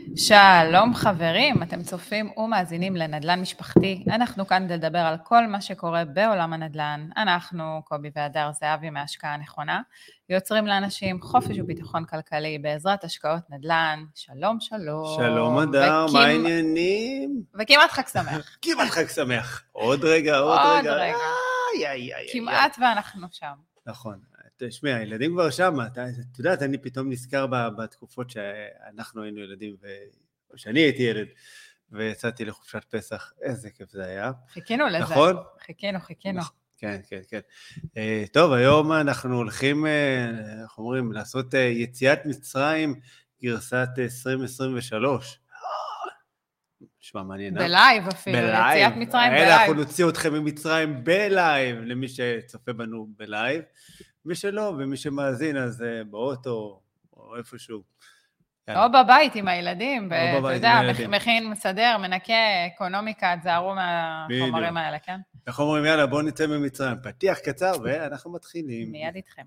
שלום חברים, אתם צופים ומאזינים לנדל"ן משפחתי. אנחנו כאן לדבר על כל מה שקורה בעולם הנדל"ן. אנחנו, קובי והדר זהבי מהשקעה נכונה, יוצרים לאנשים חופש וביטחון כלכלי בעזרת השקעות נדל"ן. שלום, שלום. שלום הדר, מה העניינים? וכמעט חג שמח. כמעט חג שמח. עוד רגע. כמעט ואנחנו שם. נכון. תשמע, הילדים כבר שם, אתה יודעת, אני פתאום נזכר בתקופות שאנחנו היינו ילדים, שאני הייתי ילד, ויצאתי לחופשת פסח, איזה כיף זה היה. חיכינו לזה. נכון? חיכינו. כן. טוב, היום אנחנו הולכים, אנחנו אומרים, לעשות יציאת מצרים, גרסת 2023. נשמע מעניין. בלייב אפילו, יציאת מצרים בלייב. אנחנו נוציא אתכם ממצרים בלייב, למי שצופה בנו בלייב. מי שלא, ומי שמאזין, אז באוטו, או איפשהו. או בבית עם הילדים, ואתה יודע, מכין, מסדר, מנקה, אקונומיקה, תזהרו מהחומרים האלה, כן? אנחנו אומרים, יאללה, בואו נצא ממצרים. פתיח קצר, ואנחנו מתחילים. מיד איתכם.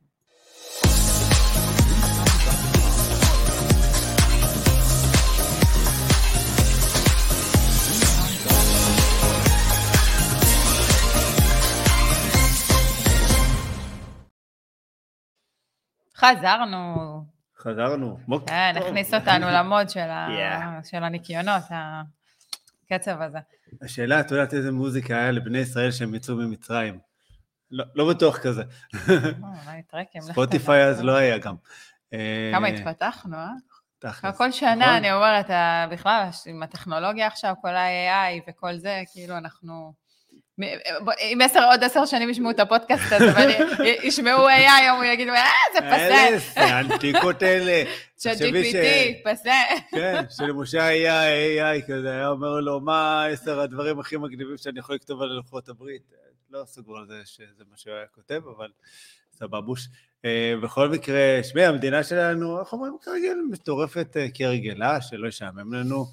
חזרנו. נכניס אותנו למוד של הניקיונות, הקצב הזה. השאלה, את יודעת איזה מוזיקה היה לבני ישראל שהם יצאו ממצרים? לא בטוח כזה. ספוטיפיי אז לא היה גם. כמה התפתחנו, כל שנה אני אומרת, בכלל, עם הטכנולוגיה עכשיו, כל ה-AI וכל זה, כאילו אנחנו... אם עוד 10 שנים ישמעו את הפודקאסט הזה, וישמעו AI, הוא יגידו, זה פסה. זה האנטיקות האלה. ש-GPT, פסה. כן, שלמשה היה AI כזה, היה אומר לו, מה 10 הדברים הכי מגניבים שאני יכול לכתוב על לוחות הברית? לא סגור על זה שזה מה שהוא היה כותב, אבל סבבוש. בכל מקרה, שמי, המדינה שלנו, אנחנו אומרים כרגיל, מטורפת כרגלה, שלא ישעמם לנו.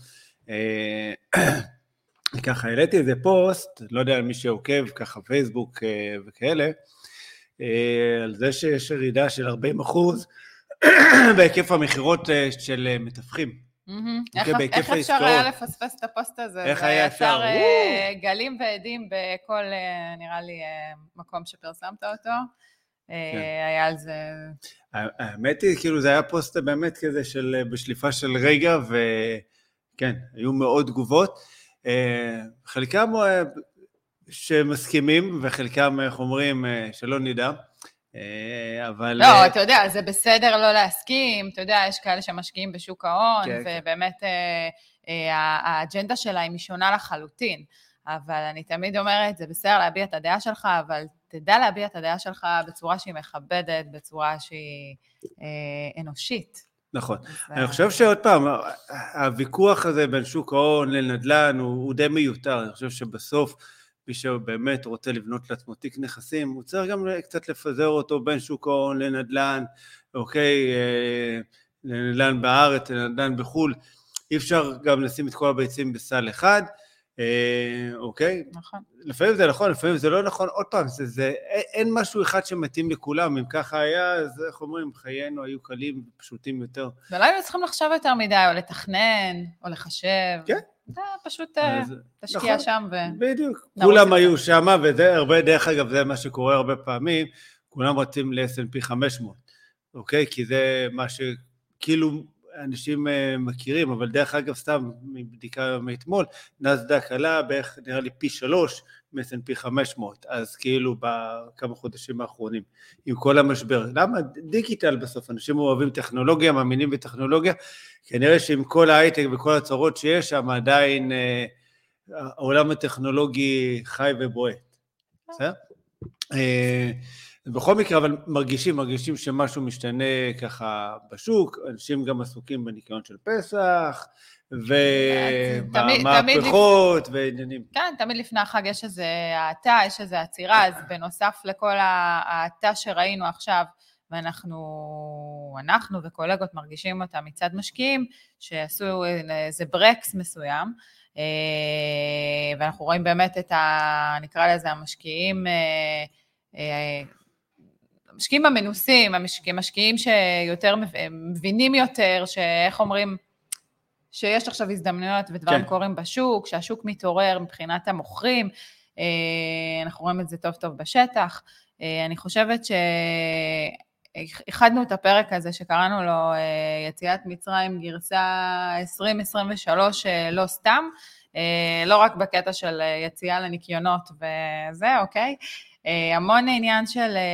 ככה, העליתי איזה פוסט, לא יודע על מי שעוקב, ככה פייסבוק וכאלה, על זה שיש ירידה של 40% בהיקף המחירות של מתווכים. איך אפשר היה לפספס את הפוסט הזה? איך היה אפשר? גלים ועדים בכל, נראה לי, מקום שפרסמת אותו. היה על זה... האמת היא, כאילו, זה היה פוסט באמת כזה בשליפה של רגע, וכן, היו מאוד תגובות. חלקם שמסכימים, וחלקם, איך אומרים, שלא נדע, אבל... לא, אתה יודע, זה בסדר לא להסכים, אתה יודע, יש כאלה שמשקיעים בשוק ההון, ובאמת האג'נדה שלהם היא שונה לחלוטין, אבל אני תמיד אומרת, זה בסדר להביע את הדעה שלך, אבל תדע להביע את הדעה שלך בצורה שהיא מכבדת, בצורה שהיא אנושית. נכון. אני חושב שעוד פעם, הוויכוח הזה בין שוק ההון לנדל"ן הוא די מיותר. אני חושב שבסוף, מי שבאמת רוצה לבנות לעצמו תיק נכסים, הוא צריך גם קצת לפזר אותו בין שוק ההון לנדל"ן, אוקיי, לנדל"ן בארץ, לנדל"ן בחול. אי אפשר גם לשים את כל הביצים בסל אחד, אוקיי? נכון. לפעמים זה נכון, לפעמים זה לא נכון. עוד פעם, אין משהו אחד שמתאים לכולם. אם ככה היה, אז איך אומרים, חיינו היו קלים ופשוטים יותר. ולא היינו צריכים לחשוב יותר מדי, או לתכנן, או לחשב. כן. אתה פשוט תשקיע שם ו... בדיוק. כולם היו שם, וזה הרבה, דרך אגב, זה מה שקורה הרבה פעמים, כולם רצים ל-S&P 500, אוקיי? כי זה מה שכאילו... אנשים מכירים, אבל דרך אגב סתם מבדיקה מאתמול, נסדק עלה בערך נראה לי פי 3 מ-S&P 500, אז כאילו בכמה חודשים האחרונים, עם כל המשבר. למה? דיגיטל בסוף, אנשים אוהבים טכנולוגיה, מאמינים בטכנולוגיה, כנראה שעם כל ההייטק וכל הצורות שיש שם, עדיין העולם הטכנולוגי חי ובועט. בסדר? בכל מקרה, אבל מרגישים שמשהו משתנה ככה בשוק, אנשים גם עסוקים בניקיון של פסח, ובמהפכות ועניינים. כן, תמיד לפני החג יש איזה העתה, יש איזה עצירה, אז בנוסף לכל העתה שראינו עכשיו, ואנחנו וקולגות מרגישים אותה מצד משקיעים, שעשו איזה ברקס מסוים, ואנחנו רואים באמת את נקרא לזה המשקיעים, המשקיעים המנוסים, המשקיעים שיותר מבינים יותר, שאיך אומרים, שיש עכשיו הזדמנויות ודברים קורים בשוק, שהשוק מתעורר מבחינת המוכרים, אנחנו רואים את זה טוב טוב בשטח. אני חושבת שאחדנו את הפרק הזה שקראנו לו יציאת מצרים גרסה 2023 לא סתם, לא רק בקטע של יציאה לניקיונות וזה, אוקיי? המון עניין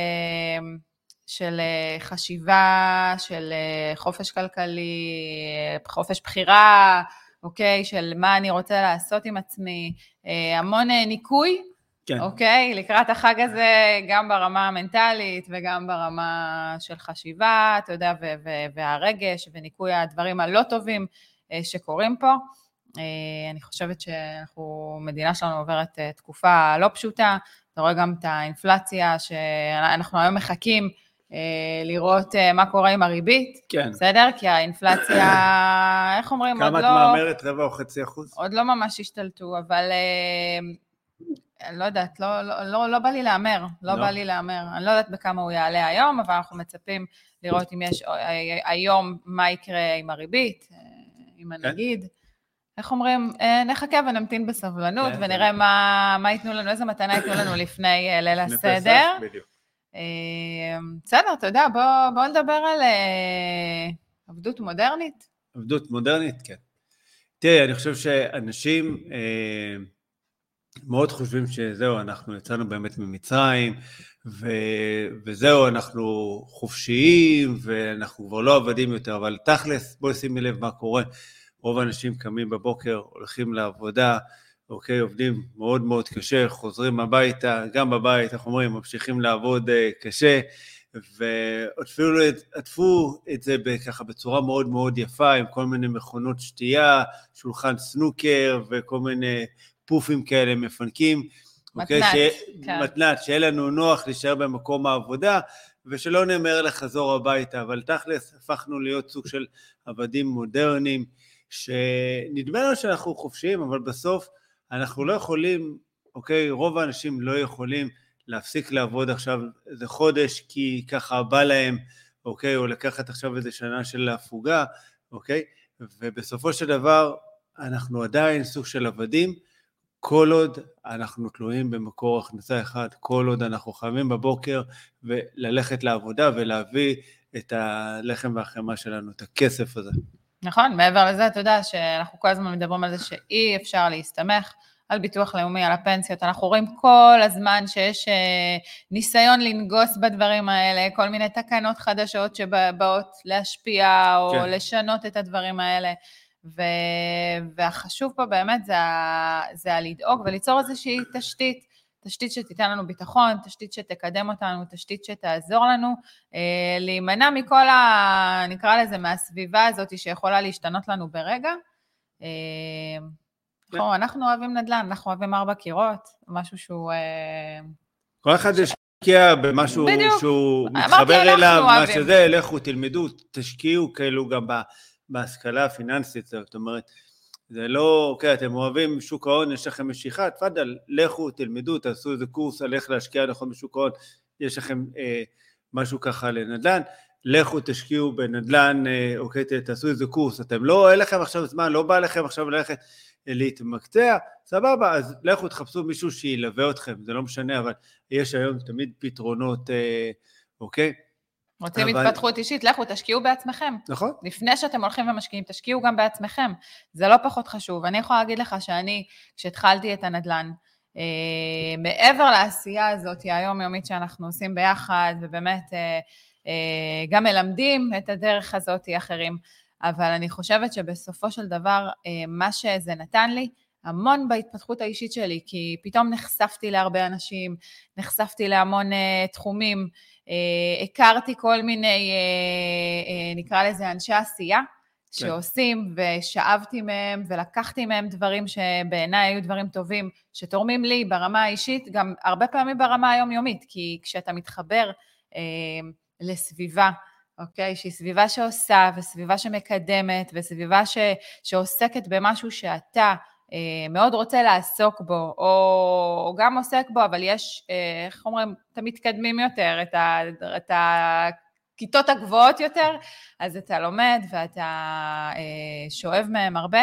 של חשיבה, של חופש כלכלי, חופש בחירה, אוקיי? של מה אני רוצה לעשות עם עצמי, המון ניקוי, כן. אוקיי? לקראת החג הזה, גם ברמה המנטלית וגם ברמה של חשיבה, אתה יודע, והרגש וניקוי הדברים הלא טובים שקורים פה. אני חושבת שאנחנו, מדינה שלנו עוברת תקופה לא פשוטה, אתה רואה גם את האינפלציה שאנחנו היום מחכים לראות מה קורה עם הריבית, כן. בסדר? כי האינפלציה, איך אומרים, עוד לא... כמה את מאמרת, 4.5%? עוד לא ממש השתלטו, אבל אני לא יודעת, לא בא לי לאמר, לא בא לי לאמר. אני לא יודעת בכמה הוא יעלה היום, אבל אנחנו מצפים לראות אם יש היום מה יקרה עם הריבית, עם הנגיד. איך אומרים, נחכה ונמתין בסבלנות, ונראה מה ייתנו לנו, איזה מתנה ייתנו לנו לפני ליל הסדר. בסדר, אתה יודע, בוא נדבר על עבדות מודרנית. עבדות מודרנית, כן. תראי, אני חושב שאנשים מאוד חושבים שזהו, אנחנו יצאנו באמת ממצרים, וזהו, אנחנו חופשיים, ואנחנו כבר לא עבדים יותר, אבל תכלס, בואי שימי לב מה קורה. רוב האנשים קמים בבוקר, הולכים לעבודה, אוקיי, עובדים מאוד מאוד קשה, חוזרים הביתה, גם בבית, אנחנו אומרים, ממשיכים לעבוד קשה, ואפילו עטפו את זה ככה בצורה מאוד מאוד יפה, עם כל מיני מכונות שתייה, שולחן סנוקר, וכל מיני פופים כאלה מפנקים. מתנת, אוקיי, כן. מתנת, שיהיה לנו נוח להישאר במקום העבודה, ושלא נאמר לחזור הביתה, אבל תכלס הפכנו להיות סוג של עבדים מודרניים, שנדמה לנו שאנחנו חופשיים, אבל בסוף אנחנו לא יכולים, אוקיי, רוב האנשים לא יכולים להפסיק לעבוד עכשיו איזה חודש, כי ככה בא להם, אוקיי, או לקחת עכשיו איזה שנה של הפוגה, אוקיי, ובסופו של דבר אנחנו עדיין סוג של עבדים, כל עוד אנחנו תלויים במקור הכנסה אחד, כל עוד אנחנו חייבים בבוקר וללכת לעבודה ולהביא את הלחם והחמה שלנו, את הכסף הזה. נכון, מעבר לזה, אתה יודע שאנחנו כל הזמן מדברים על זה שאי אפשר להסתמך על ביטוח לאומי, על הפנסיות, אנחנו רואים כל הזמן שיש ניסיון לנגוס בדברים האלה, כל מיני תקנות חדשות שבאות להשפיע או כן. לשנות את הדברים האלה, והחשוב פה באמת זה לדאוג וליצור איזושהי תשתית שתיתן לנו ביטחון, תשתית שתקדם אותנו, תשתית שתעזור לנו, להימנע מכל נקרא לזה, מהסביבה הזאת שיכולה להשתנות לנו ברגע. אנחנו אוהבים נדל"ן, אנחנו אוהבים 4 קירות, משהו שהוא... כל אחד ישקיע במשהו שהוא מתחבר אליו, מה שזה, לכו, תלמדו, תשקיעו כאילו גם בהשכלה הפיננסית, זאת אומרת, זה לא, אוקיי, אתם אוהבים שוק ההון, יש לכם משיכה, תפדל, לכו, תלמדו, תעשו איזה קורס על איך להשקיע נכון בשוק ההון, יש לכם משהו ככה לנדל"ן, לכו תשקיעו בנדל"ן, אוקיי, תעשו איזה קורס, אתם לא, אין לכם עכשיו זמן, לא בא לכם עכשיו ללכת להתמקצע, סבבה, אז לכו תחפשו מישהו שילווה אתכם, זה לא משנה, אבל יש היום תמיד פתרונות, אוקיי? רוצים התפתחות אישית, לכו, תשקיעו בעצמכם. נכון. לפני שאתם הולכים ומשקיעים, תשקיעו גם בעצמכם. זה לא פחות חשוב. אני יכולה להגיד לך שאני, כשהתחלתי את הנדל"ן, מעבר לעשייה הזאת, היומיומית שאנחנו עושים ביחד, ובאמת גם מלמדים את הדרך הזאת אחרים, אבל אני חושבת שבסופו של דבר, מה שזה נתן לי, המון בהתפתחות האישית שלי, כי פתאום נחשפתי להרבה אנשים, נחשפתי להמון תחומים, הכרתי כל מיני, נקרא לזה אנשי עשייה, שעושים ושאבתי מהם ולקחתי מהם דברים שבעיניי היו דברים טובים, שתורמים לי ברמה האישית, גם הרבה פעמים ברמה היומיומית, כי כשאתה מתחבר לסביבה, אוקיי, שהיא סביבה שעושה וסביבה שמקדמת וסביבה שעוסקת במשהו שאתה מאוד רוצה לעסוק בו, או גם עוסק בו, אבל יש, איך אומרים, את המתקדמים יותר, את הכיתות הגבוהות יותר, אז אתה לומד ואתה שואב מהם הרבה,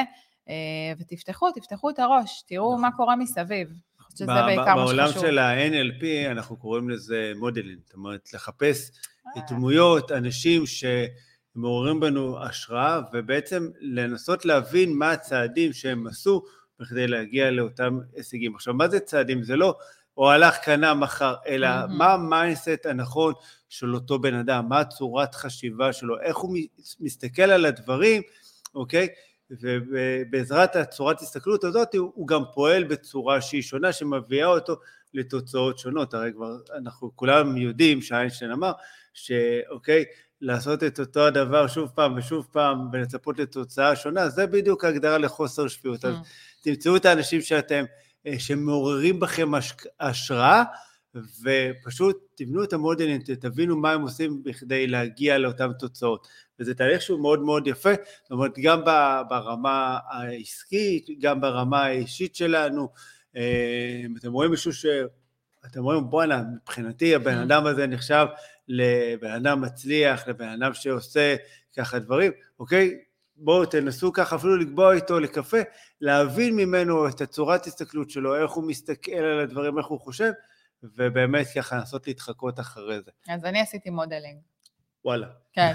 ותפתחו את הראש, תראו מה קורה מסביב. שזה בעיקר מה בעולם שחשוב. של ה-NLP אנחנו קוראים לזה מודלינג, זאת אומרת לחפש דמויות, אנשים שמעוררים בנו השראה, ובעצם לנסות להבין מה הצעדים שהם עשו בכדי להגיע לאותם הישגים. עכשיו, מה זה צעדים? זה לא או הלך קנה מחר, אלא מה המיינדסט הנכון של אותו בן אדם, מה צורת חשיבה שלו, איך הוא מסתכל על הדברים, אוקיי? ובעזרת הצורת הסתכלות הזאת הוא גם פועל בצורה שהיא שונה, שמביאה אותו לתוצאות שונות. הרי כבר אנחנו כולם יודעים שאיינשטיין אמר שאוקיי, לעשות את אותו הדבר שוב פעם ושוב פעם ולצפות לתוצאה שונה, זה בדיוק ההגדרה לחוסר שפיות. אז תמצאו את האנשים שמעוררים בכם השראה, ופשוט תבנו את המודלינג, תבינו מה הם עושים בכדי להגיע לאותן תוצאות. וזה תהליך שהוא מאוד מאוד יפה, זאת אומרת, גם ברמה העסקית, גם ברמה האישית שלנו, אתם רואים מישהו אתם רואים, בואנה, מבחינתי הבן אדם הזה נחשב לבן אדם מצליח, לבן אדם שעושה ככה דברים, אוקיי? בואו תנסו ככה אפילו לקבוע איתו לקפה, להבין ממנו את הצורת הסתכלות שלו, איך הוא מסתכל על הדברים, איך הוא חושב, ובאמת ככה לנסות להתחקות אחרי זה. אז אני עשיתי מודלינג. וואלה. כן.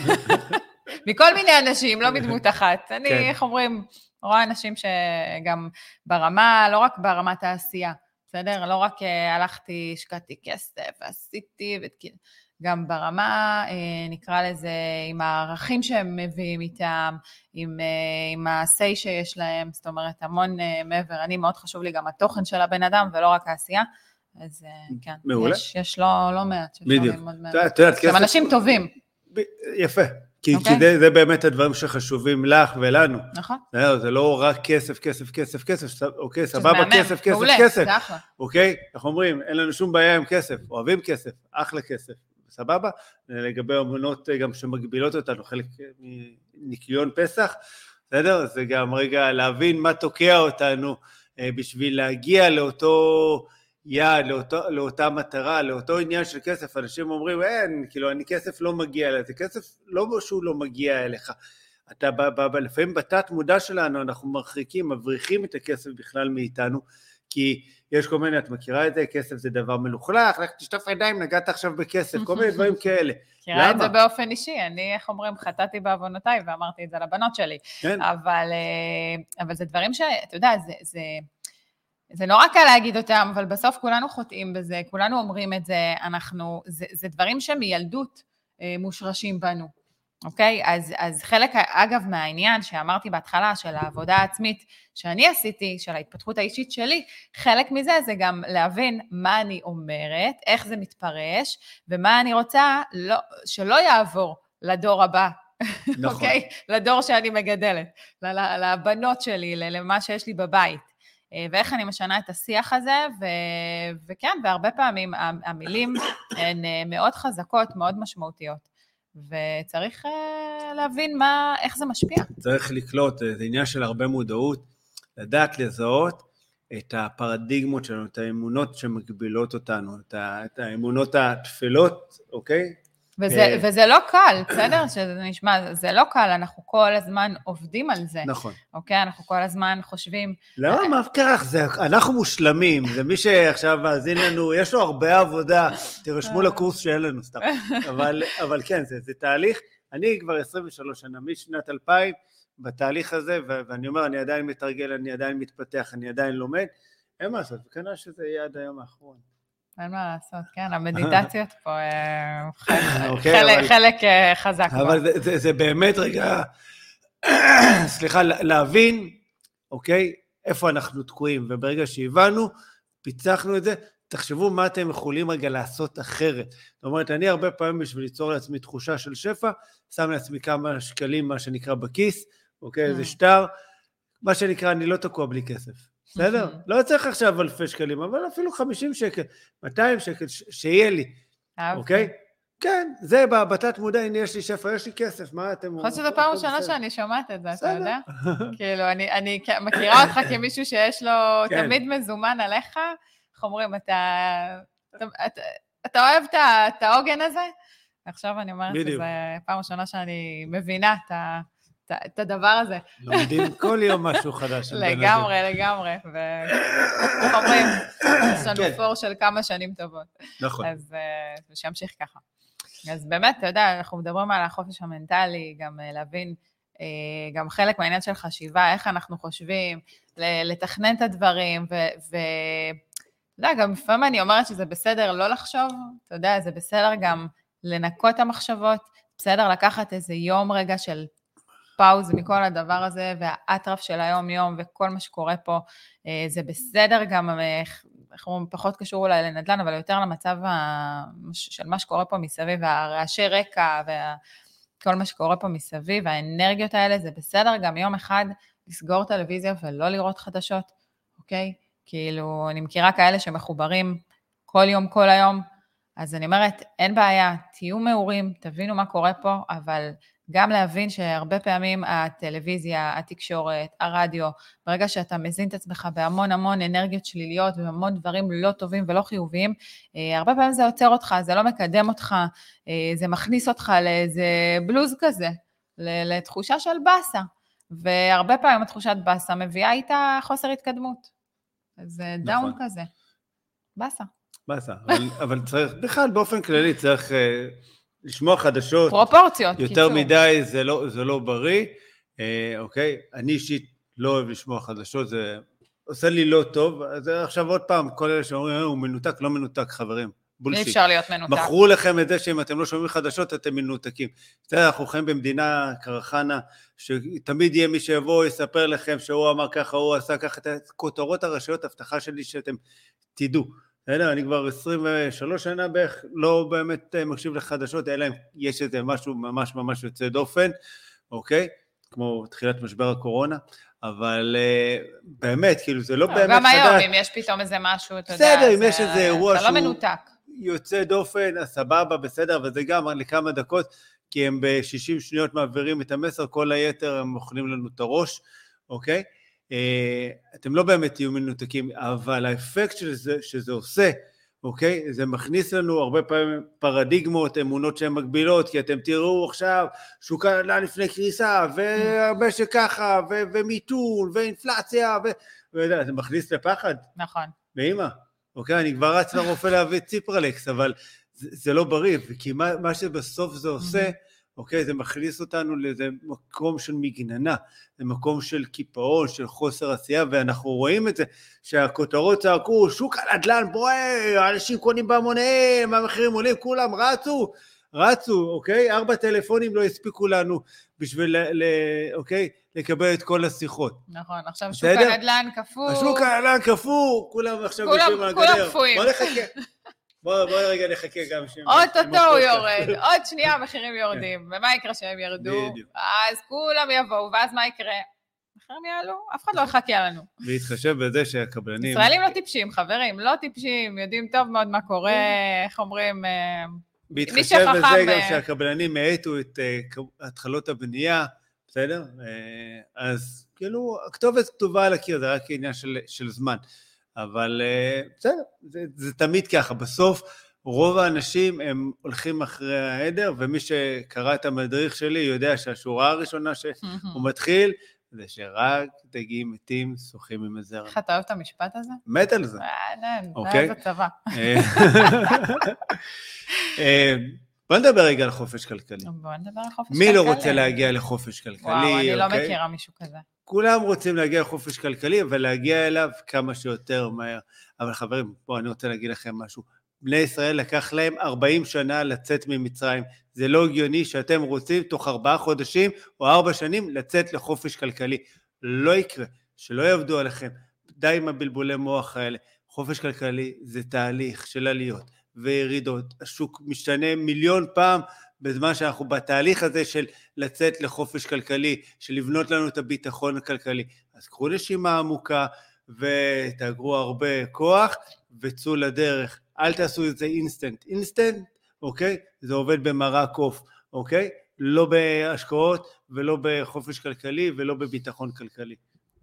מכל מיני אנשים, לא מדמות אחת. אני, איך אומרים, רואה אנשים שגם ברמה, לא רק ברמת העשייה, בסדר? לא רק הלכתי, השקעתי כסף, עשיתי, גם ברמה, נקרא לזה, עם הערכים שהם מביאים איתם, עם ה-say שיש להם, זאת אומרת, המון מעבר. אני מאוד חשוב לי גם התוכן של הבן אדם, ולא רק העשייה. אז כן, יש לא מעט. בדיוק. גם אנשים טובים. יפה. כי זה באמת הדברים שחשובים לך ולנו. נכון. זה לא רק כסף, כסף, כסף, כסף, אוקיי, סבבה, כסף, כסף, כסף. אוקיי, אנחנו אומרים, אין לנו שום בעיה עם כסף, אוהבים כסף, אחלה כסף, סבבה? לגבי אמונות גם שמגבילות אותנו, חלק מניקיון פסח, בסדר? זה גם רגע להבין מה תוקע אותנו בשביל להגיע לאותו יעד, לאותה מטרה, לאותו עניין של כסף. אנשים אומרים, אין, כאילו, אני כסף לא מגיע אליי, זה כסף לא שהוא לא מגיע אליך. אתה, לפעמים בתת מודע שלנו, אנחנו מרחיקים, מבריחים את הכסף בכלל מאיתנו, כי יש כל מיני, את מכירה את זה, כסף זה דבר מלוכלך, לך תשטוף ידיים, נגעת עכשיו בכסף, כל מיני דברים כאלה. מכירה את זה באופן אישי, אני, איך אומרים, חטאתי בעוונותיי, ואמרתי את זה לבנות שלי. כן. אבל זה דברים אתה יודע, זה נורא קל להגיד אותם, אבל בסוף כולנו חוטאים בזה, כולנו אומרים את זה, זה דברים שמילדות מושרשים בנו, אוקיי? אז חלק, אגב, מהעניין שאמרתי בהתחלה של העבודה העצמית שאני עשיתי, של ההתפתחות האישית שלי, חלק מזה זה גם להבין מה אני אומרת, איך זה מתפרש, ומה אני רוצה שלא יעבור לדור הבא, נכון. אוקיי? לדור שאני מגדלת, לבנות שלי, למה שיש לי בבית. ואיך אני משנה את השיח הזה, וכן, והרבה פעמים המילים הן מאוד חזקות, מאוד משמעותיות, וצריך להבין איך זה משפיע. צריך לקלוט, זה עניין של הרבה מודעות, לדעת לזהות את הפרדיגמות שלנו, את האמונות שמגבילות אותנו, את האמונות התפלות, אוקיי? וזה לא קל, בסדר? שזה נשמע, זה לא קל, אנחנו כל הזמן עובדים על זה. נכון. אוקיי? אנחנו כל הזמן חושבים... לא, מה כך? אנחנו מושלמים, זה מי שעכשיו מאזין לנו, יש לו הרבה עבודה, תרשמו לקורס שאין לנו סתם. אבל כן, זה תהליך, אני כבר 23 שנה, משנת 2000, בתהליך הזה, ואני אומר, אני עדיין מתרגל, אני עדיין מתפתח, אני עדיין לומד, אין מה לעשות, וכנראה שזה יהיה עד היום האחרון. אין מה לעשות, כן, המדיטציות פה חלק חזק. אבל זה באמת רגע, סליחה, להבין, אוקיי, איפה אנחנו תקועים, וברגע שהבנו, פיצחנו את זה, תחשבו מה אתם יכולים רגע לעשות אחרת. זאת אומרת, אני הרבה פעמים בשביל ליצור לעצמי תחושה של שפע, שם לעצמי כמה שקלים, מה שנקרא בכיס, אוקיי, זה שטר, מה שנקרא, אני לא תקוע בלי כסף. בסדר? לא צריך עכשיו אלפי שקלים, אבל אפילו 50 שקל, 200 שקל, שיהיה לי, אוקיי? כן, זה בתת מודע, הנה יש לי שפע, יש לי כסף, מה אתם... חושב שזו פעם ראשונה שאני שומעת את זה, אתה יודע? כאילו, אני מכירה אותך כמישהו שיש לו תמיד מזומן עליך, איך אומרים, אתה אוהב את העוגן הזה? עכשיו אני אומרת שזה פעם ראשונה שאני מבינה את הדבר הזה. לומדים כל יום משהו חדש. לגמרי, ואיך אומרים, יש לנו פור של כמה שנים טובות. נכון. אז שימשיך ככה. אז באמת, אתה יודע, אנחנו מדברים על החופש המנטלי, גם להבין, גם חלק מהעניין של חשיבה, איך אנחנו חושבים, לתכנן את הדברים, אתה יודע, גם לפעמים אני אומרת שזה בסדר לא לחשוב, אתה יודע, זה בסדר גם לנקות את המחשבות, בסדר לקחת איזה יום רגע של פאוז מכל הדבר הזה, והאטרף של היום-יום וכל מה שקורה פה, זה בסדר גם, אנחנו פחות קשור אולי לנדל"ן, אבל יותר למצב של מה שקורה פה מסביב, והרעשי רקע וכל מה שקורה פה מסביב, והאנרגיות האלה, זה בסדר גם יום אחד לסגור טלוויזיה ולא לראות חדשות, אוקיי? כאילו, אני מכירה כאלה שמחוברים כל יום, כל היום, אז אני אומרת, אין בעיה, תהיו מעורים, תבינו מה קורה פה, אבל גם להבין שהרבה פעמים הטלוויזיה, התקשורת, הרדיו, ברגע שאתה מזין את עצמך בהמון המון אנרגיות שליליות והמון דברים לא טובים ולא חיוביים, הרבה פעמים זה עוצר אותך, זה לא מקדם אותך, זה מכניס אותך לאיזה בלוז כזה, לתחושה של בסה, והרבה פעמים התחושת בסה מביאה איתה חוסר התקדמות. אז דאון כזה, בסה. בסה, אבל צריך, בכלל באופן כללי צריך לשמוע חדשות. פרופורציות, יותר מדי זה לא בריא, אוקיי? אני אישית לא אוהב לשמוע חדשות, זה עושה לי לא טוב, אז עכשיו עוד פעם, כל אלה שאומרים, הוא מנותק, לא מנותק, חברים. בולשיט. אי אפשר להיות מנותק. מכרו לכם את זה שאם אתם לא שומעים חדשות, אתם מנותקים. אנחנו חיים במדינה קרחנה, שתמיד יהיה מי שיבוא, יספר לכם שהוא אמר ככה, הוא עשה ככה, את הכותרות הראשיות, הבטחה שלי שאתם תדעו. אני כבר 23 שנה בערך, לא באמת מקשיב לחדשות, אלא אם יש איזה משהו ממש ממש יוצא דופן, אוקיי? כמו תחילת משבר הקורונה, אבל באמת, כאילו זה לא באמת חדש. גם היום, אם יש פתאום איזה משהו, אתה יודע, בסדר, אם יש איזה אירוע שהוא... אתה לא מנותק. יוצא דופן, הסבבה, בסדר, וזה גם לכמה דקות, כי הם ב-60 שניות מעבירים את המסר, כל היתר הם אוכלים לנו את הראש, אוקיי? אתם לא באמת תהיו מנותקים, אבל האפקט שזה עושה, אוקיי? זה מכניס לנו הרבה פעמים פרדיגמות, אמונות שהן מגבילות, כי אתם תראו עכשיו שוק הנדל"ן לפני קריסה, והרבה שככה, ומיתון, ואינפלציה, זה מכניס לפחד. נכון. ואמא, אוקיי, אני כבר רץ לרופא להביא ציפרלקס, אבל זה לא בריא, כי מה שבסוף זה עושה, אוקיי, זה מכניס אותנו לאיזה מקום של מגננה, זה מקום של קיפאון, של חוסר עשייה, ואנחנו רואים את זה, שהכותרות צעקו, שוק הנדל"ן בוער, אנשים קונים בהמוניהם, המחירים עולים, כולם רצו, אוקיי? 4 טלפונים לא הספיקו לנו בשביל, אוקיי, לקבל את כל השיחות. נכון, עכשיו שוק הנדל"ן קפוא. השוק הנדל"ן קפוא, כולם עכשיו יושבים על הגדר. כולם קפואים. בוא נחכה. בואי רגע נחכה גם. אוטוטו הוא יורד, עוד שנייה המחירים יורדים, ומה יקרה שהם ירדו? אז כולם יבואו, ואז מה יקרה? המחירים יעלו, אף אחד לא יחכה לנו. והתחשב בזה שהקבלנים... ישראלים לא טיפשים, חברים, לא טיפשים, יודעים טוב מאוד מה קורה, איך אומרים... בהתחשב בזה גם שהקבלנים העטו את התחלות הבנייה, בסדר? אז כאילו, הכתובת כתובה על הקיר, זה רק עניין של זמן. אבל בסדר, זה תמיד ככה, בסוף רוב האנשים הם הולכים אחרי העדר, ומי שקרא את המדריך שלי יודע שהשורה הראשונה שהוא מתחיל, זה שרק דגים מתים שוחים עם הזרע. איך אתה אוהב את המשפט הזה? מת על זה. זה הצבא. בוא נדבר רגע על חופש כלכלי. בוא נדבר על חופש כלכלי. מי לא רוצה להגיע לחופש כלכלי? וואו, אני לא מכירה מישהו כזה. כולם רוצים להגיע לחופש כלכלי, ולהגיע אליו כמה שיותר מהר. אבל חברים, בואו, אני רוצה להגיד לכם משהו. בני ישראל לקח להם 40 שנה לצאת ממצרים. זה לא הגיוני שאתם רוצים תוך 4 חודשים או 4 שנים לצאת לחופש כלכלי. לא יקרה, שלא יעבדו עליכם. די עם הבלבולי מוח האלה. חופש כלכלי זה תהליך של עליות וירידות. השוק משתנה 1,000,000 פעם, בזמן שאנחנו בתהליך הזה של לצאת לחופש כלכלי, של לבנות לנו את הביטחון הכלכלי. אז קחו נשימה עמוקה ותאגרו הרבה כוח וצאו לדרך. אל תעשו את זה אינסטנט, אוקיי? זה עובד במרק עוף, אוקיי? לא בהשקעות ולא בחופש כלכלי ולא בביטחון כלכלי.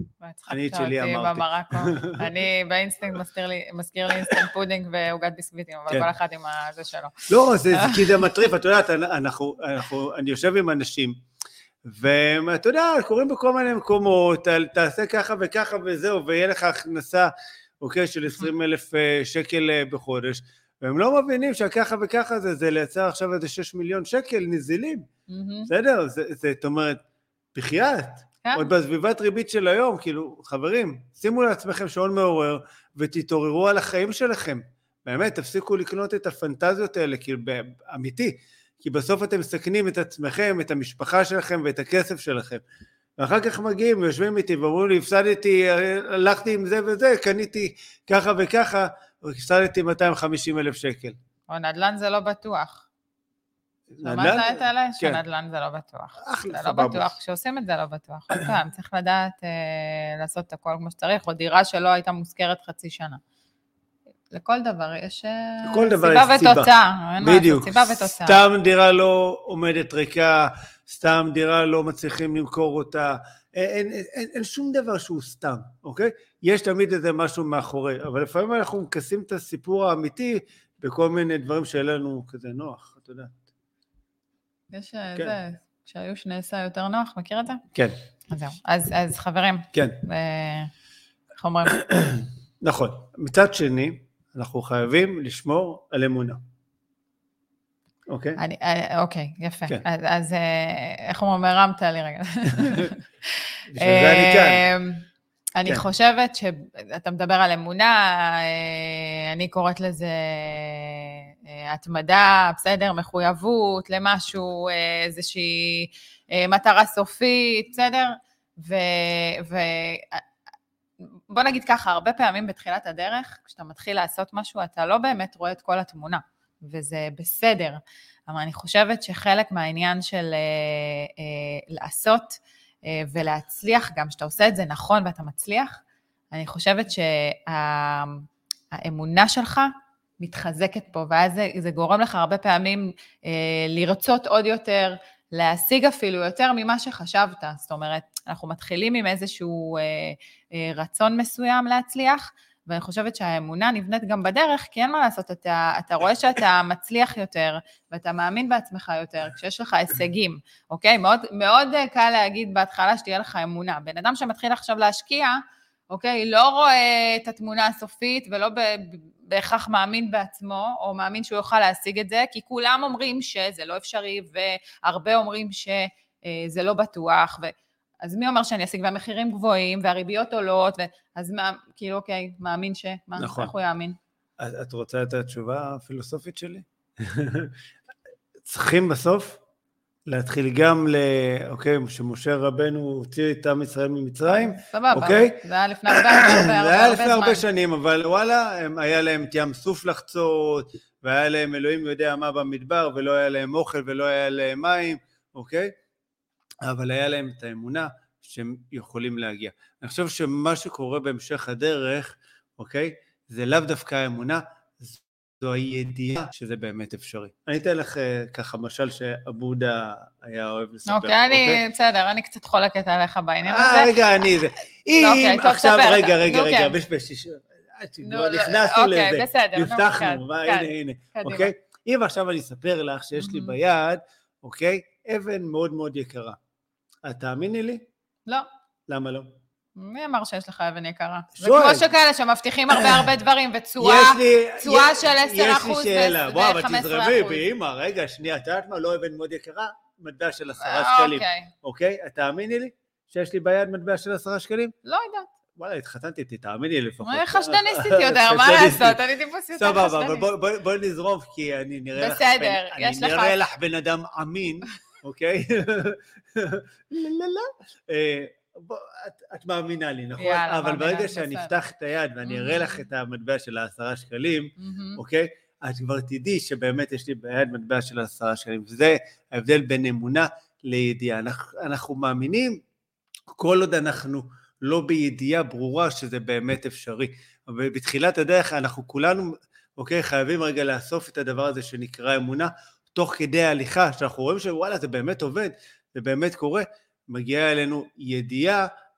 אני את שלי אמרתי. אני באינסטינקט מזכיר לי אינסטנט פודינג ועוגת ביסקוויטים, אבל כל אחד עם זה שלו. לא, כי זה מטריף, את יודעת, אני יושב עם אנשים, ואתה יודע, קוראים בכל מיני מקומות, תעשה ככה וככה וזהו, ויהיה לך הכנסה, אוקיי, של 20,000 שקל בחודש, והם לא מבינים שככה וככה זה לייצר עכשיו איזה 6 מיליון שקל נזילים, בסדר? זאת אומרת, בחייאת, עוד בסביבת ריבית של היום, כאילו, חברים, שימו לעצמכם שעון מעורר, ותתעוררו על החיים שלכם, באמת, תפסיקו לקנות את הפנטזיות האלה, כאילו, אמיתי, כי בסוף אתם מסכנים את עצמכם, את המשפחה שלכם ואת הכסף שלכם, ואחר כך מגיעים ויושבים איתי ואומרים לי, הפסדתי, הלכתי עם זה וזה, קניתי ככה וככה, הפסדתי 250,000 שקל. או נדל"ן זה לא בטוח. שמעת את אלה? שנדל"ן זה לא בטוח. זה לא בטוח, כשעושים את זה לא בטוח. עוד פעם, צריך לדעת לעשות את הכל כמו שצריך, או דירה שלא הייתה מוזכרת חצי שנה. לכל דבר יש סיבה ותוצאה. בדיוק, סתם דירה לא עומדת ריקה, סתם דירה לא מצליחים למכור אותה, אין שום דבר שהוא סתם, אוקיי? יש תמיד איזה משהו מאחורי, אבל לפעמים אנחנו מכסים את הסיפור האמיתי בכל מיני דברים שאין לנו כזה נוח, אתה יודע. יש זה, כשהיו שנעשה יותר נוח, מכיר את זה? כן. אז זהו, אז חברים. כן. איך אומרים? נכון. מצד שני, אנחנו חייבים לשמור על אמונה. אוקיי? אוקיי, יפה. אז איך אומרים, הרמת לי רגע. בשביל זה אני כאן. אני חושבת שאתה מדבר על אמונה, אני קוראת לזה התמדה, בסדר, מחויבות למשהו, איזושהי מטרה סופית, בסדר? בוא נגיד ככה, הרבה פעמים בתחילת הדרך, כשאתה מתחיל לעשות משהו, אתה לא באמת רואה את כל התמונה, וזה בסדר. אבל אני חושבת שחלק מהעניין של לעשות ולהצליח, גם שאתה עושה את זה נכון ואתה מצליח, אני חושבת שהאמונה שלך מתחזקת פה, ואז זה גורם לך הרבה פעמים לרצות עוד יותר, להשיג אפילו יותר ממה שחשבת. זאת אומרת, אנחנו מתחילים עם איזשהו רצון מסוים להצליח, ואני חושבת שהאמונה נבנית גם בדרך, כי אין מה לעשות, אתה רואה שאתה מצליח יותר, ואתה מאמין בעצמך יותר, כשיש לך הישגים, אוקיי? מאוד, מאוד קל להגיד בהתחלה שתהיה לך אמונה. בן אדם שמתחיל עכשיו להשקיע, אוקיי, לא רואה את התמונה הסופית, ולא בהכרח מאמין בעצמו, או מאמין שהוא יוכל להשיג את זה, כי כולם אומרים שזה לא אפשרי, והרבה אומרים שזה לא בטוח, אז מי אומר שאני אשיג? והמחירים גבוהים, והריביות עולות, אז מה, כאילו, אוקיי, מאמין מה? נכון. איך הוא יאמין? את רוצה את התשובה הפילוסופית שלי? צריכים בסוף להתחיל גם אוקיי, שמשה רבנו הוציא את עם ישראל ממצרים, סבבה, אוקיי? זה היה לפני הרבה שנים, אבל וואלה, היה להם ים סוף לחצות, והיה להם אלוהים יודע מה במדבר, ולא היה להם אוכל, ולא היה להם מים, אוקיי? אבל היה להם את האמונה שהם יכולים להגיע. אני חושב שמה שקורה בהמשך הדרך, אוקיי? זה לאו דווקא האמונה, זו הידיעה שזה באמת אפשרי. אני אתן לך ככה משל שאבודה היה אוהב לספר. אוקיי, אני, בסדר, אני קצת חולקת עליך בעניין הזה. רגע, אני זה. אם עכשיו, רגע, נכנסנו לזה, נפתחנו, הנה, אוקיי? אם עכשיו אני אספר לך שיש לי ביד, אוקיי? אבן מאוד מאוד יקרה. את תאמיני לי? לא. למה לא? מי אמר שיש לך אבן יקרה? זה כמו שכאלה שמבטיחים הרבה דברים, וצועה של 10% יש לי שאלה, בוא, אבל תזרמי, באמא, רגע, שנייה, את יודעת מה, לא אבן מאוד יקרה, מטבע של 10 שקלים. אוקיי? את תאמיני לי שיש לי ביד מטבע של 10 שקלים? לא יודעת. וואלה, התחתנתי, תאמיני לי לפחות. חשדניסטית יותר, מה לעשות? אני טיפוס יותר חשדנית. סבבה, אבל בואי נזרום, כי אני נראה לך בן אדם אמין, אוקיי? את מאמינה לי, נכון? אבל ברגע שאני אפתח את היד ואני אראה לך את המטבע של 10 שקלים, אוקיי? את כבר תדעי שבאמת יש לי ביד מטבע של 10 שקלים. וזה ההבדל בין אמונה לידיעה. אנחנו מאמינים, כל עוד אנחנו לא בידיעה ברורה שזה באמת אפשרי. אבל בתחילת הדרך אנחנו כולנו, אוקיי, חייבים רגע לאסוף את הדבר הזה שנקרא אמונה, תוך כדי ההליכה, שאנחנו רואים שוואלה, זה באמת עובד, זה באמת קורה, מגיעה אלינו ידיעה,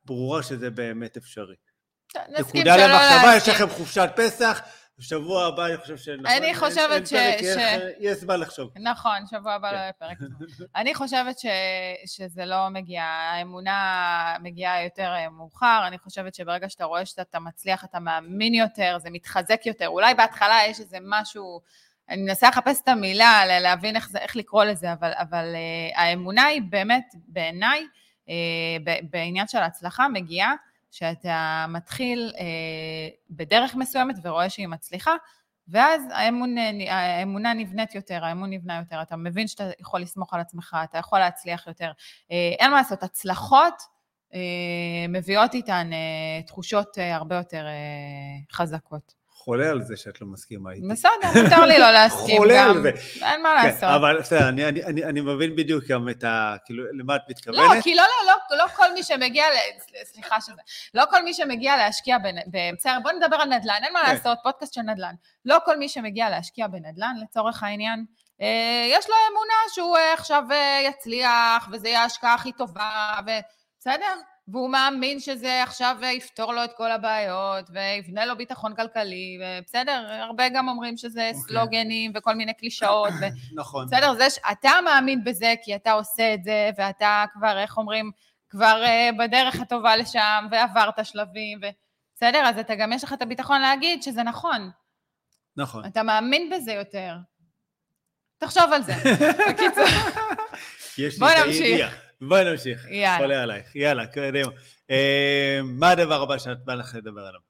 ברורה שזה באמת אפשרי. נסכים שלא להסכים. יש לכם חופשת פסח, בשבוע הבא אני חושב שנכון, אני חושבת יש זמן לחשוב. נכון, שבוע הבא לא יהיה פרק. אני חושבת שזה לא מגיע, האמונה מגיעה יותר מאוחר, אני חושבת שברגע שאתה רואה שאתה מצליח, אתה מאמין יותר, זה מתחזק יותר, אולי בהתחלה יש איזה משהו, אני מנסה לחפש את המילה, להבין איך לקרוא לזה, אבל האמונה היא באמת, בעיניי, בעניין של ההצלחה, מגיעה, שאתה מתחיל בדרך מסוימת ורואה שהיא מצליחה, ואז האמונה נבנית יותר, האמון נבנה יותר, אתה מבין שאתה יכול לסמוך על עצמך, אתה יכול להצליח יותר. אין מה לעשות, הצלחות מביאות איתן תחושות הרבה יותר חזקות. חולה על זה שאת לא מסכימה איתי. בסדר, מותר לי לא להסכים חולה גם. על זה. אין מה לעשות. אבל בסדר, אני מבין בדיוק גם את כאילו, למה את מתכוונת. לא, כי לא כל מי שמגיע, סליחה שזה, לא כל מי שמגיע להשקיע בסדר, בוא נדבר על נדל"ן, אין מה לעשות, פודקאסט של נדל"ן. לא כל מי שמגיע להשקיע בנדל"ן, לצורך העניין, יש לו אמונה שהוא עכשיו יצליח, וזה יהיה ההשקעה הכי טובה, בסדר? והוא מאמין שזה עכשיו יפתור לו את כל הבעיות, ויבנה לו ביטחון כלכלי, ובסדר, הרבה גם אומרים שזה סלוגנים וכל מיני קלישאות, נכון. בסדר, אתה מאמין בזה כי אתה עושה את זה, ואתה כבר, איך אומרים, כבר בדרך הטובה לשם, ועברת שלבים, בסדר, אז אתה גם יש לך את הביטחון להגיד שזה נכון. נכון. אתה מאמין בזה יותר. תחשוב על זה. בקיצור. בוא נמשיך. בואי נמשיך, חולה עלייך, יאללה, קדימה. מה הדבר הבא שאת באה לך לדבר עליו?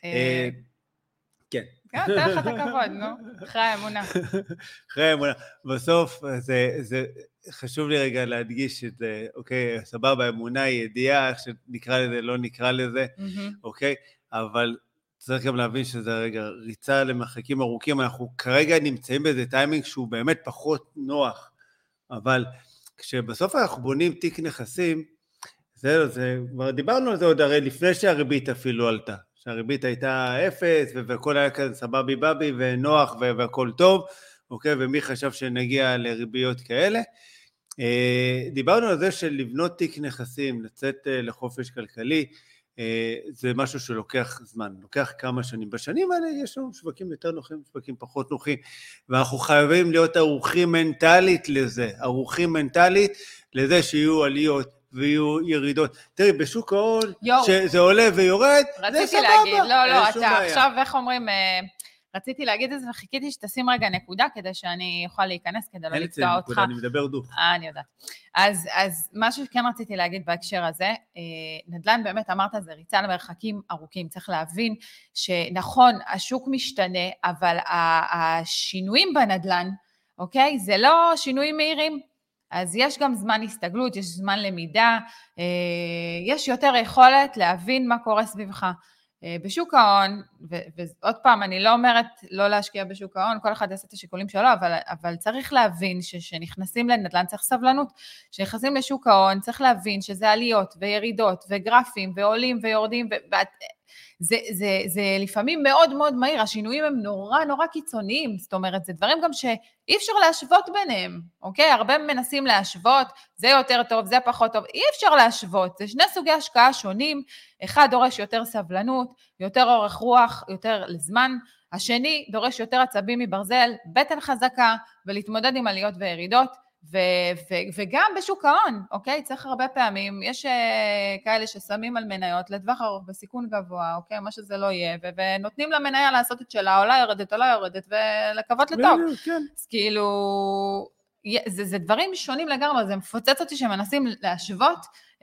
כן. כן, תן לך את הכבוד, נו, אחרי האמונה. אחרי האמונה. בסוף, זה חשוב לי רגע להדגיש את זה, אוקיי, סבבה, האמונה היא ידיעה, איך שנקרא לזה, לא נקרא לזה, אוקיי, אבל צריך גם להבין שזה רגע ריצה למרחקים ארוכים, אנחנו כרגע נמצאים באיזה טיימינג שהוא באמת פחות נוח, אבל כשבסוף אנחנו בונים תיק נכסים, זה כבר דיברנו על זה עוד הרי לפני שהריבית אפילו עלתה, שהריבית הייתה 0 והכל היה כזה סבבי בבי ונוח והכל טוב, אוקיי, ומי חשב שנגיע לריביות כאלה, דיברנו על זה של לבנות תיק נכסים, לצאת לחופש כלכלי, זה משהו שלוקח זמן, לוקח כמה שנים. בשנים האלה יש לנו שווקים יותר נוחים, שווקים פחות נוחים, ואנחנו חייבים להיות ערוכים מנטלית לזה, ערוכים מנטלית לזה שיהיו עליות ויהיו ירידות. תראי, בשוק ההון, שזה עולה ויורד, זה סבבה. רציתי להגיד, לא, אתה עכשיו, איך אומרים, רציתי להגיד את זה וחיכיתי שתשים רגע נקודה, כדי שאני אוכל להיכנס, כדי לא לקטוע אותך. נקודה, אני מדבר דוך. אני יודעת. אז משהו שכן רציתי להגיד בהקשר הזה, נדל"ן באמת אמרת, זה ריצה למרחקים ארוכים, צריך להבין שנכון, השוק משתנה, אבל השינויים בנדל"ן, אוקיי, זה לא שינויים מהירים, אז יש גם זמן הסתגלות, יש זמן למידה, יש יותר יכולת להבין מה קורה סביבך. בשוק ההון, ועוד פעם, אני לא אומרת לא להשקיע בשוק ההון, כל אחד יעשה את השיקולים שלו, אבל צריך להבין שנכנסים לנדל"ן, צריך סבלנות, שנכנסים לשוק ההון, צריך להבין שזה עליות וירידות וגרפים ועולים ויורדים, זה לפעמים מאוד מאוד מהיר, השינויים הם נורא קיצוניים, זאת אומרת, זה דברים גם שאי אפשר להשוות ביניהם, אוקיי? הרבה מנסים להשוות, זה יותר טוב, זה פחות טוב, אי אפשר להשוות, זה שני סוגי השקעה שונים, אחד דורש יותר סבלנות, יותר אורך רוח, יותר לזמן, השני דורש יותר עצבים מברזל, בטן חזקה, ולהתמודד עם עליות וירידות, וגם בשוק ההון, אוקיי? צריך הרבה פעמים, יש כאלה ששמים על מניות לטווח ארוך בסיכון גבוה, אוקיי? מה שזה לא יהיה, ונותנים למניה לעשות את שלה, או לא יורדת או לא יורדת, ולקוות לטוב. אז כאילו, זה דברים שונים לגמרי, זה מפוצץ אותי שמנסים להשוות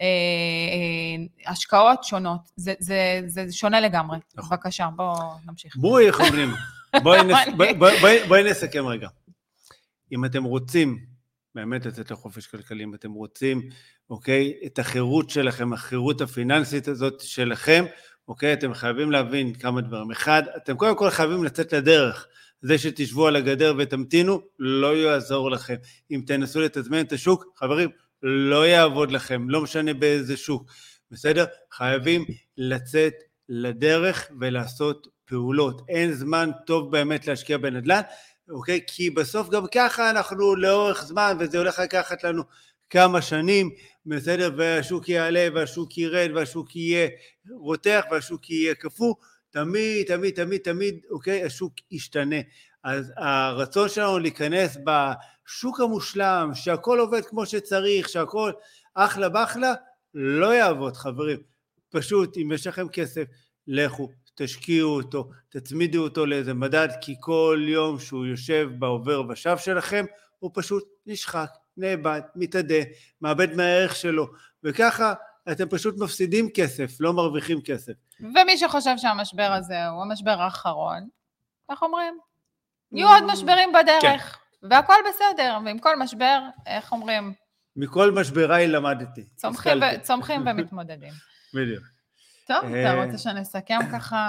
השקעות שונות, זה שונה לגמרי. בבקשה, בואו נמשיך. איך אומרים? בואי נסכם רגע. אם אתם רוצים באמת לצאת לחופש כלכלי, אם אתם רוצים, אוקיי, את החירות שלכם, החירות הפיננסית הזאת שלכם, אוקיי, אתם חייבים להבין כמה דברים. אחד, אתם קודם כל חייבים לצאת לדרך. זה שתשבו על הגדר ותמתינו, לא יעזור לכם. אם תנסו לתזמן את השוק, חברים, לא יעבוד לכם, לא משנה באיזה שוק. בסדר? חייבים לצאת לדרך ולעשות פעולות. אין זמן טוב באמת להשקיע בנדל"ן, אוקיי? כי בסוף גם ככה אנחנו לאורך זמן, וזה הולך לקחת לנו כמה שנים, בסדר, והשוק יעלה, והשוק ירד, והשוק יהיה רותח, והשוק יהיה קפוא, תמיד, אוקיי, השוק ישתנה. אז הרצון שלנו להיכנס בשוק המושלם, שהכל עובד כמו שצריך, שהכל אחלה באחלה, לא יעבוד, חברים. פשוט, אם יש לכם כסף, לכו, תשקיעו אותו, תצמידו אותו לאיזה מדד, כי כל יום שהוא יושב בעובר ושב שלכם, הוא פשוט נשחק, נאבד, מתעדה, מאבד מהערך שלו, וככה אתם פשוט מפסידים כסף, לא מרוויחים כסף. ומי שחושב שהמשבר הזה הוא המשבר האחרון, איך אומרים? יהיו עוד משברים בדרך, והכל בסדר, ועם כל משבר, איך אומרים? מכל משבריי למדתי. צומחים ומתמודדים. בדיוק. טוב, אתה רוצה שנסכם ככה?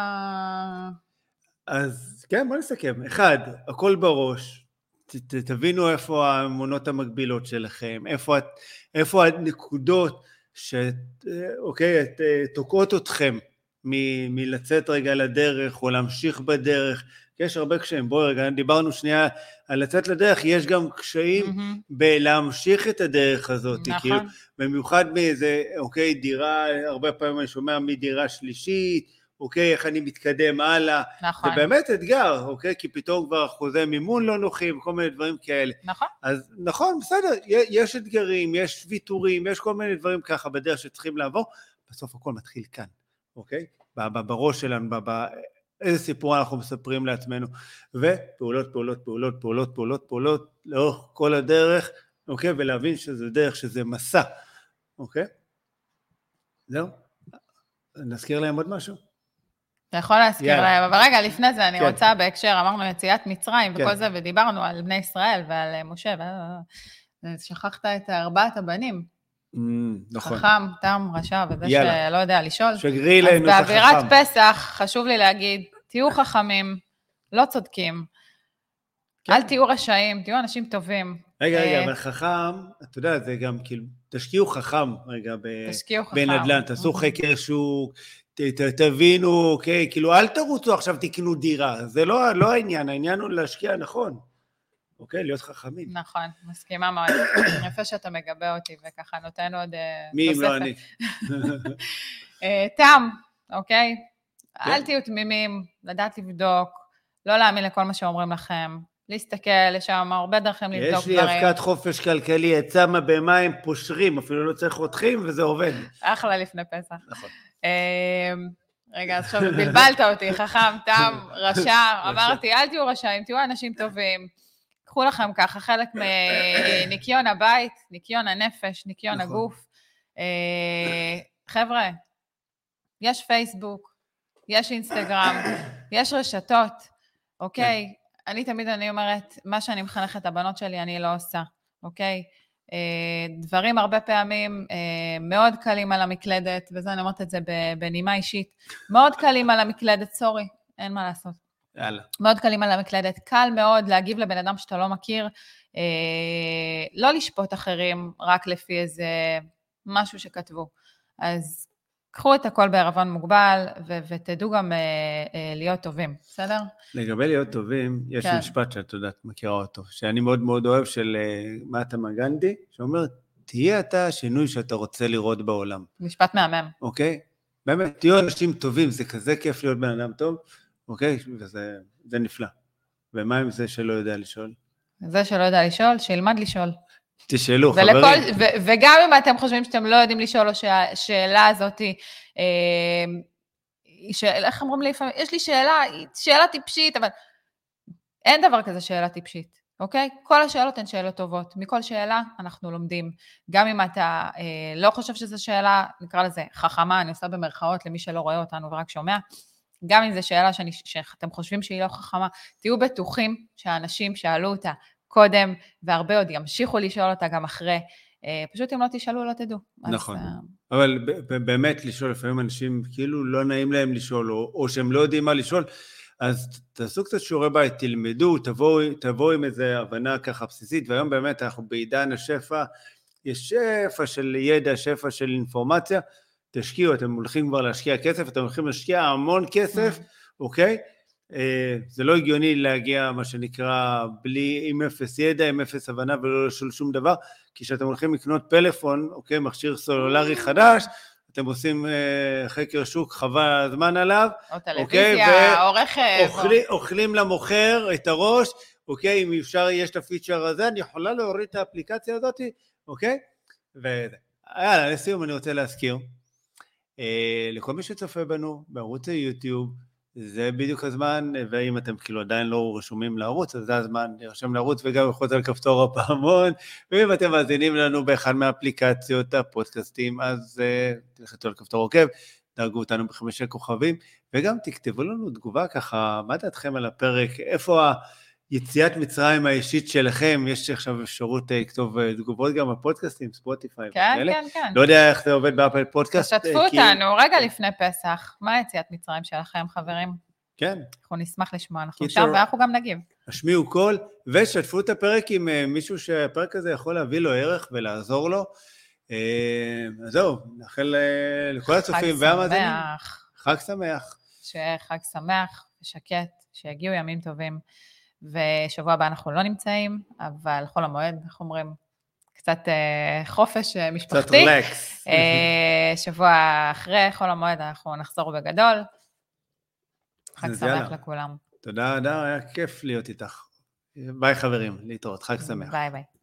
אז כן, בוא נסכם. אחד, הכל בראש. תבינו איפה האמונות המקבילות שלכם, איפה הנקודות אוקיי, תוקעות אתכם מלצאת רגע לדרך או להמשיך בדרך. יש הרבה קשיים. בואו רגע, דיברנו שנייה על לצאת לדרך, יש גם קשיים בלהמשיך את הדרך הזאת. נכון. כאילו, במיוחד מאיזה, אוקיי, דירה, הרבה פעמים אני שומע מדירה שלישית, אוקיי, איך אני מתקדם הלאה. נכון. זה באמת אתגר, אוקיי, כי פתאום כבר אחוזי מימון לא נוחים, כל מיני דברים כאלה. נכון. אז נכון, בסדר, יש אתגרים, יש ויתורים, יש כל מיני דברים ככה בדרך שצריכים לעבור, בסוף הכל מתחיל כאן, אוקיי? בראש שלנו, איזה סיפור אנחנו מספרים לעצמנו, ופעולות, לאורך כל הדרך, אוקיי? ולהבין שזה דרך, שזה מסע, אוקיי? זהו? נזכיר להם עוד משהו? אתה יכול להזכיר להם, אבל רגע, לפני זה אני רוצה בהקשר, אמרנו יציאת מצרים וכל זה, ודיברנו על בני ישראל ועל משה, ושכחת את 4 הבנים. נכון. חכם, תם, רשע, וזה שלא יודע לשאול. שגרי לנו את החכם. אז באווירת פסח, חשוב לי להגיד, תהיו חכמים, לא צודקים, אל תהיו רשעים, תהיו אנשים טובים. רגע, אבל חכם, אתה יודע, זה גם כאילו, תשקיעו חכם רגע בנדל"ן, תעשו חקר שוק, תבינו, אוקיי, כאילו אל תרוצו עכשיו תקנו דירה, זה לא העניין, העניין הוא להשקיע נכון, אוקיי, להיות חכמים. נכון, מסכימה מאוד, יפה שאתה מגבה אותי וככה נותן עוד תוספת. מי אם לא אני? תם, אוקיי, אל תהיו תמימים, לדעת לבדוק, לא להאמין לכל מה שאומרים לכם, להסתכל, יש שם הרבה דרכים לבדוק דברים. יש לי הפקת חופש כלכלי, יצא במים פושרים, אפילו לא צריך חותכים וזה עובד. אחלה לפני פסח. נכון. רגע, עכשיו בלבלת אותי, חכם, תם, רשע, אמרתי, אל תהיו רשעים, תהיו אנשים טובים, קחו לכם ככה חלק מניקיון הבית, ניקיון הנפש, ניקיון הגוף. חבר'ה, יש פייסבוק, יש אינסטגרם, יש רשתות, אוקיי? אני אומרת, מה שאני מחנכת את הבנות שלי, אני לא עושה, אוקיי? דברים הרבה פעמים מאוד קלים על המקלדת, וזה אני אומרת את זה בנימה אישית, מאוד קלים על המקלדת, סורי, אין מה לעשות. יאללה. מאוד קלים על המקלדת, קל מאוד להגיב לבן אדם שאתה לא מכיר, לא לשפוט אחרים רק לפי איזה משהו שכתבו. אז קחו את הכל בערבון מוגבל, ותדעו גם להיות טובים, בסדר? לגבי להיות טובים, יש משפט שאת יודעת, מכירה אותו, שאני מאוד מאוד אוהב, של מהטמה גנדי, שאומר, תהיה אתה השינוי שאתה רוצה לראות בעולם. משפט מהמם. אוקיי? באמת, תהיו אנשים טובים, זה כזה כיף להיות בן אדם טוב, אוקיי? וזה נפלא. ומה עם זה שלא יודע לשאול? זה שלא יודע לשאול, שילמד לשאול. תשאלו, חברים. וגם אם אתם חושבים שאתם לא יודעים לשאול, או שהשאלה הזאת, איך אומרים לי לפעמים, יש לי שאלה טיפשית, אבל אין דבר כזה שאלה טיפשית, אוקיי? כל השאלות הן שאלות טובות, מכל שאלה אנחנו לומדים, גם אם אתה לא חושב שזו שאלה, נקרא לזה חכמה, אני עושה במרכאות למי שלא רואה אותנו ורק שומע, גם אם זו שאלה שאתם חושבים שהיא לא חכמה, תהיו בטוחים שהאנשים שאלו אותה קודם, והרבה עוד ימשיכו לשאול אותה גם אחרי, פשוט אם לא תשאלו, לא תדעו. נכון, אבל באמת לשאול, לפעמים אנשים כאילו לא נעים להם לשאול, או שהם לא יודעים מה לשאול, אז תעשו קצת שיעורי בית, תלמדו, תבואו עם איזו הבנה ככה בסיסית, והיום באמת אנחנו בעידן השפע, יש שפע של ידע, שפע של אינפורמציה, תשקיעו, אתם הולכים כבר להשקיע כסף, אתם הולכים להשקיע המון כסף, אוקיי? זה לא הגיוני להגיע, מה שנקרא, עם אפס ידע, עם אפס הבנה ולא לשאול שום דבר, כי כשאתם הולכים לקנות פלאפון, אוקיי, מכשיר סלולרי חדש, אתם עושים חקר שוק, חבל הזמן עליו, או טלוויזיה, או רכב. אוכלים למוכר את הראש, אוקיי, אם אפשר יש את הפיצ'ר הזה, אני יכולה להוריד את האפליקציה הזאת, אוקיי? ויאללה, לסיום אני רוצה להזכיר, לכל מי שצופה בנו, בערוץ היוטיוב, זה בדיוק הזמן, ואם אתם כאילו עדיין לא רשומים לערוץ, אז זה הזמן להירשם לערוץ וגם ללחוץ על כפתור הפעמון, ואם אתם מאזינים לנו באחד מהאפליקציות הפודקאסטים, אז תלחצו על כפתור עוקב, דרגו אותנו ב5 כוכבים, וגם תכתבו לנו תגובה ככה, מה דעתכם על הפרק, איפה יציאת מצרים האישית שלכם, יש עכשיו אפשרות לכתוב תגובות גם בפודקאסטים, ספוטיפיי וכאלה. כן, כן. לא יודע איך זה עובד באפל פודקאסט. תשתפו אותנו, רגע לפני פסח, מה יציאת מצרים שלכם, חברים? כן. אנחנו נשמח לשמוע, אנחנו שם ואנחנו גם נגיב. השמיעו קול, ושתפו את הפרק עם מישהו שהפרק הזה יכול להביא לו ערך ולעזור לו. אז זהו, נאחל לכל הצופים והמאזינים. חג שמח. שיהיה חג שמח ושקט, שיגיעו ימים טובים. ושבוע הבא אנחנו לא נמצאים, אבל חול המועד, איך אומרים, קצת חופש משפחתי. קצת רלקס. שבוע אחרי חול המועד אנחנו נחזור בגדול. חג שמח לכולם. תודה, היה כיף להיות איתך. ביי חברים, להתראות, חג שמח. ביי ביי.